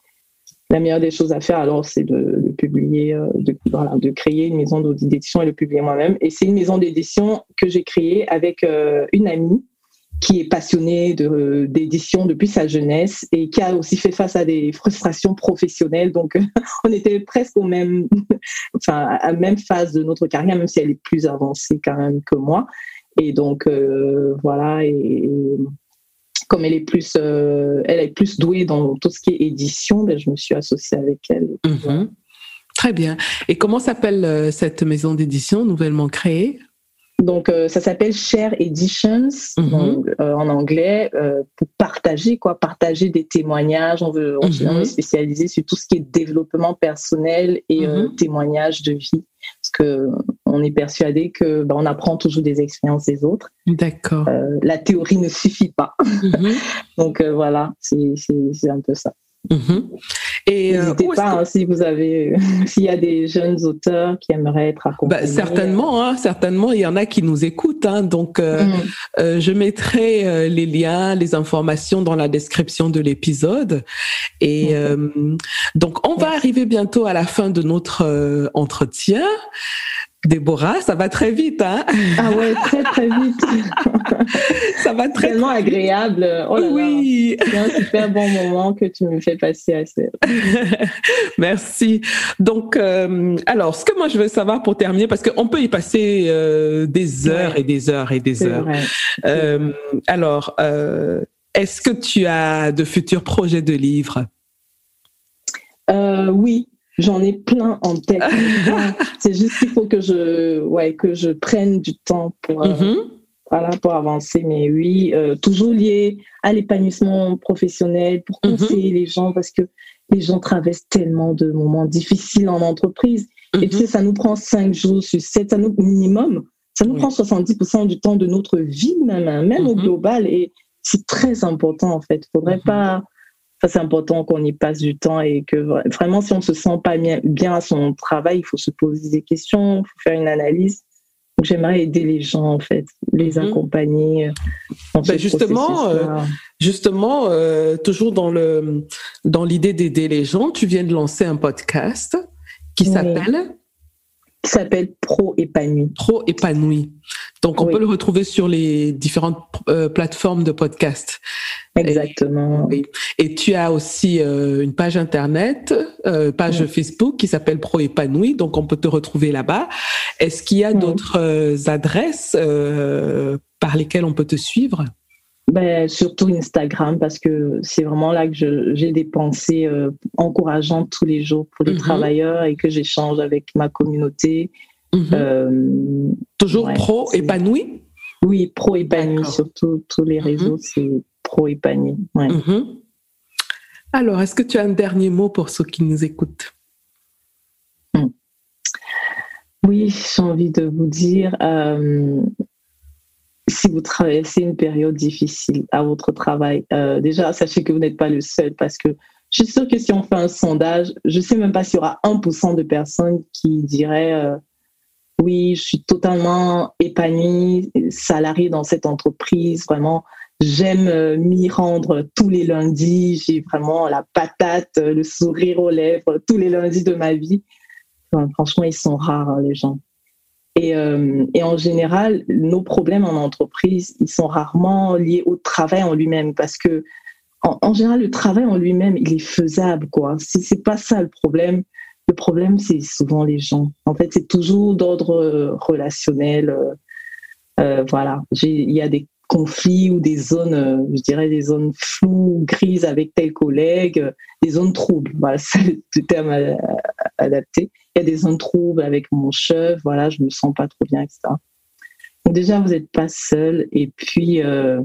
la meilleure des choses à faire, alors, c'est de, de publier, de, voilà, de créer une maison d'édition et de publier moi-même. Et c'est une maison d'édition que j'ai créée avec euh, une amie qui est passionnée de, d'édition depuis sa jeunesse et qui a aussi fait face à des frustrations professionnelles. Donc, on était presque au même, enfin, à la même phase de notre carrière, même si elle est plus avancée quand même que moi. Et donc, euh, voilà, et... et comme elle est plus, euh, elle est plus douée dans tout ce qui est édition, ben je me suis associée avec elle. Mmh. Très bien. Et comment s'appelle euh, cette maison d'édition nouvellement créée? Donc, euh, ça s'appelle Share Editions, mm-hmm. donc, euh, en anglais, euh, pour partager, quoi, partager des témoignages. On veut, on, mm-hmm. on est spécialisé sur tout ce qui est développement personnel et mm-hmm. euh, témoignages de vie, parce que on est persuadé que bah, on apprend toujours des expériences des autres. D'accord. Euh, la théorie ne suffit pas. Mm-hmm. Donc euh, voilà, c'est, c'est, c'est un peu ça. Mmh. Et n'hésitez euh, pas que... hein, si vous avez, s'il y a des jeunes auteurs qui aimeraient être accompagnés. Bah, certainement, hein, certainement, il y en a qui nous écoutent. Hein, donc, euh, mmh. euh, je mettrai euh, les liens, les informations dans la description de l'épisode. Et mmh. euh, donc, on va arriver bientôt à la fin de notre euh, entretien. Déborah, ça va très vite, hein? Ah ouais, très très vite. Ça va très, tellement très agréable. Oh là oui. là. C'est un super bon moment que tu me fais passer à ce... Merci. Donc, euh, alors, ce que moi je veux savoir pour terminer, parce qu'on peut y passer euh, des heures ouais. et des heures et des c'est heures. Vrai. Euh, alors, euh, est-ce que tu as de futurs projets de livres? euh, Oui. J'en ai plein en tête. C'est juste qu'il faut que je, ouais, que je prenne du temps pour, euh, mm-hmm. voilà, pour avancer. Mais oui, euh, toujours lié à l'épanouissement professionnel, pour conseiller mm-hmm. les gens, parce que les gens traversent tellement de moments difficiles en entreprise. Mm-hmm. Et tu sais, ça nous prend cinq jours sur sept, ça nous, minimum. Ça nous oui. prend soixante-dix pour cent du temps de notre vie, même, hein, même mm-hmm. au global. Et c'est très important, en fait. Il ne faudrait mm-hmm. pas... Ça, c'est important qu'on y passe du temps et que vraiment, si on ne se sent pas bien, bien à son travail, il faut se poser des questions, il faut faire une analyse. Donc, j'aimerais aider les gens, en fait, les mmh. accompagner dans ben ce justement, euh, justement euh, toujours dans, le, dans l'idée d'aider les gens, tu viens de lancer un podcast qui oui. s'appelle qui s'appelle Pro Épanoui. Pro Épanoui. Donc, on oui. peut le retrouver sur les différentes euh, plateformes de podcast. Exactement. Et, et tu as aussi euh, une page internet, euh, page oui. Facebook qui s'appelle Pro Épanoui. Donc, on peut te retrouver là-bas. Est-ce qu'il y a oui. d'autres euh, adresses euh, par lesquelles on peut te suivre? Ben, surtout Instagram, parce que c'est vraiment là que je, j'ai des pensées euh, encourageantes tous les jours pour les mm-hmm. travailleurs et que j'échange avec ma communauté. Mm-hmm. Euh, Toujours ouais, pro c'est... épanoui? Oui, pro épanoui, sur tous les réseaux, mm-hmm. c'est pro épanoui. Ouais. Mm-hmm. Alors, est-ce que tu as un dernier mot pour ceux qui nous écoutent? mm. Oui, j'ai envie de vous dire... Euh, si vous traversez une période difficile à votre travail, euh, déjà, sachez que vous n'êtes pas le seul, parce que je suis sûre que si on fait un sondage, je ne sais même pas s'il y aura un pour cent de personnes qui diraient euh, « Oui, je suis totalement épanouie, salariée dans cette entreprise, vraiment, j'aime euh, m'y rendre tous les lundis, j'ai vraiment la patate, le sourire aux lèvres tous les lundis de ma vie. » Enfin, franchement, ils sont rares, hein, les gens. Et, euh, et en général, nos problèmes en entreprise, ils sont rarement liés au travail en lui-même, parce que en, en général, le travail en lui-même, il est faisable, quoi. C'est, c'est pas ça le problème. Le problème, c'est souvent les gens. En fait, c'est toujours d'ordre euh, relationnel. Euh, euh, voilà, il y a des conflits ou des zones, euh, je dirais des zones floues, grises avec tel collègue, euh, des zones troubles. Voilà, c'est le terme à, à, adapté. Il y a des zones troubles avec mon chef, voilà, je me sens pas trop bien, et cetera. Donc déjà, vous n'êtes pas seul. Et puis, euh,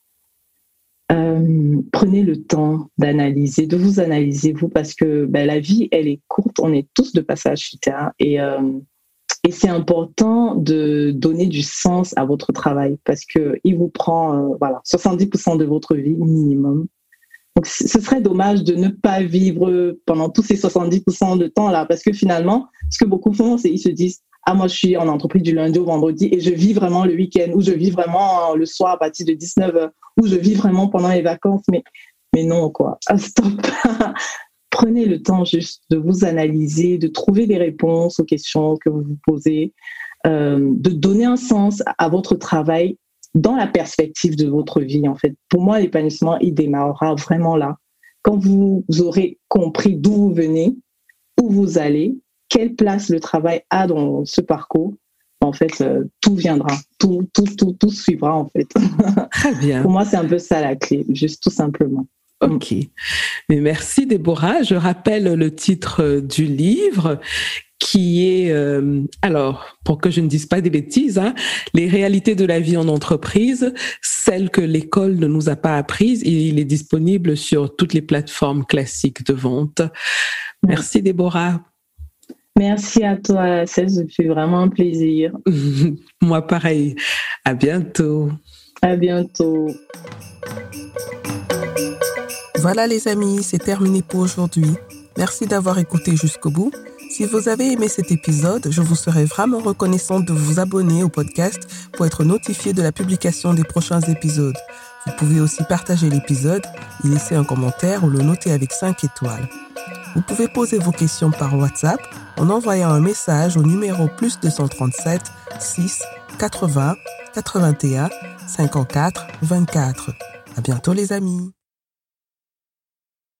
euh, prenez le temps d'analyser, de vous analyser, vous, parce que ben, la vie, elle est courte. On est tous de passage sur Terre. Et, euh, et c'est important de donner du sens à votre travail, parce qu'il vous prend euh, voilà, soixante-dix pour cent de votre vie minimum. Donc, ce serait dommage de ne pas vivre pendant tous ces soixante-dix pour cent de temps-là, parce que finalement, ce que beaucoup font, c'est qu'ils se disent « Ah, moi, je suis en entreprise du lundi au vendredi et je vis vraiment le week-end, ou je vis vraiment le soir à partir de dix-neuf heures, ou je vis vraiment pendant les vacances. » Mais, mais non, quoi. Ah, stop. Prenez le temps juste de vous analyser, de trouver des réponses aux questions que vous vous posez, euh, de donner un sens à votre travail dans la perspective de votre vie, en fait. Pour moi, l'épanouissement, il démarrera vraiment là. Quand vous aurez compris d'où vous venez, où vous allez, quelle place le travail a dans ce parcours, en fait, euh, tout viendra, tout, tout, tout, tout suivra, en fait. Très bien. Pour moi, c'est un peu ça la clé, juste tout simplement. Ok. Mais merci Déborah. Je rappelle le titre du livre qui est, euh, alors, pour que je ne dise pas des bêtises, hein, les réalités de la vie en entreprise, celles que l'école ne nous a pas apprises. Il est disponible sur toutes les plateformes classiques de vente. Merci Déborah. Merci à toi, ça fait vraiment un plaisir. Moi pareil. À bientôt. À bientôt. Voilà les amis, c'est terminé pour aujourd'hui. Merci d'avoir écouté jusqu'au bout. Si vous avez aimé cet épisode, je vous serais vraiment reconnaissante de vous abonner au podcast pour être notifié de la publication des prochains épisodes. Vous pouvez aussi partager l'épisode, y laisser un commentaire ou le noter avec cinq étoiles. Vous pouvez poser vos questions par WhatsApp en envoyant un message au numéro plus deux cent trente-sept six quatre-vingts quatre-vingt-un cinquante-quatre vingt-quatre. À bientôt les amis.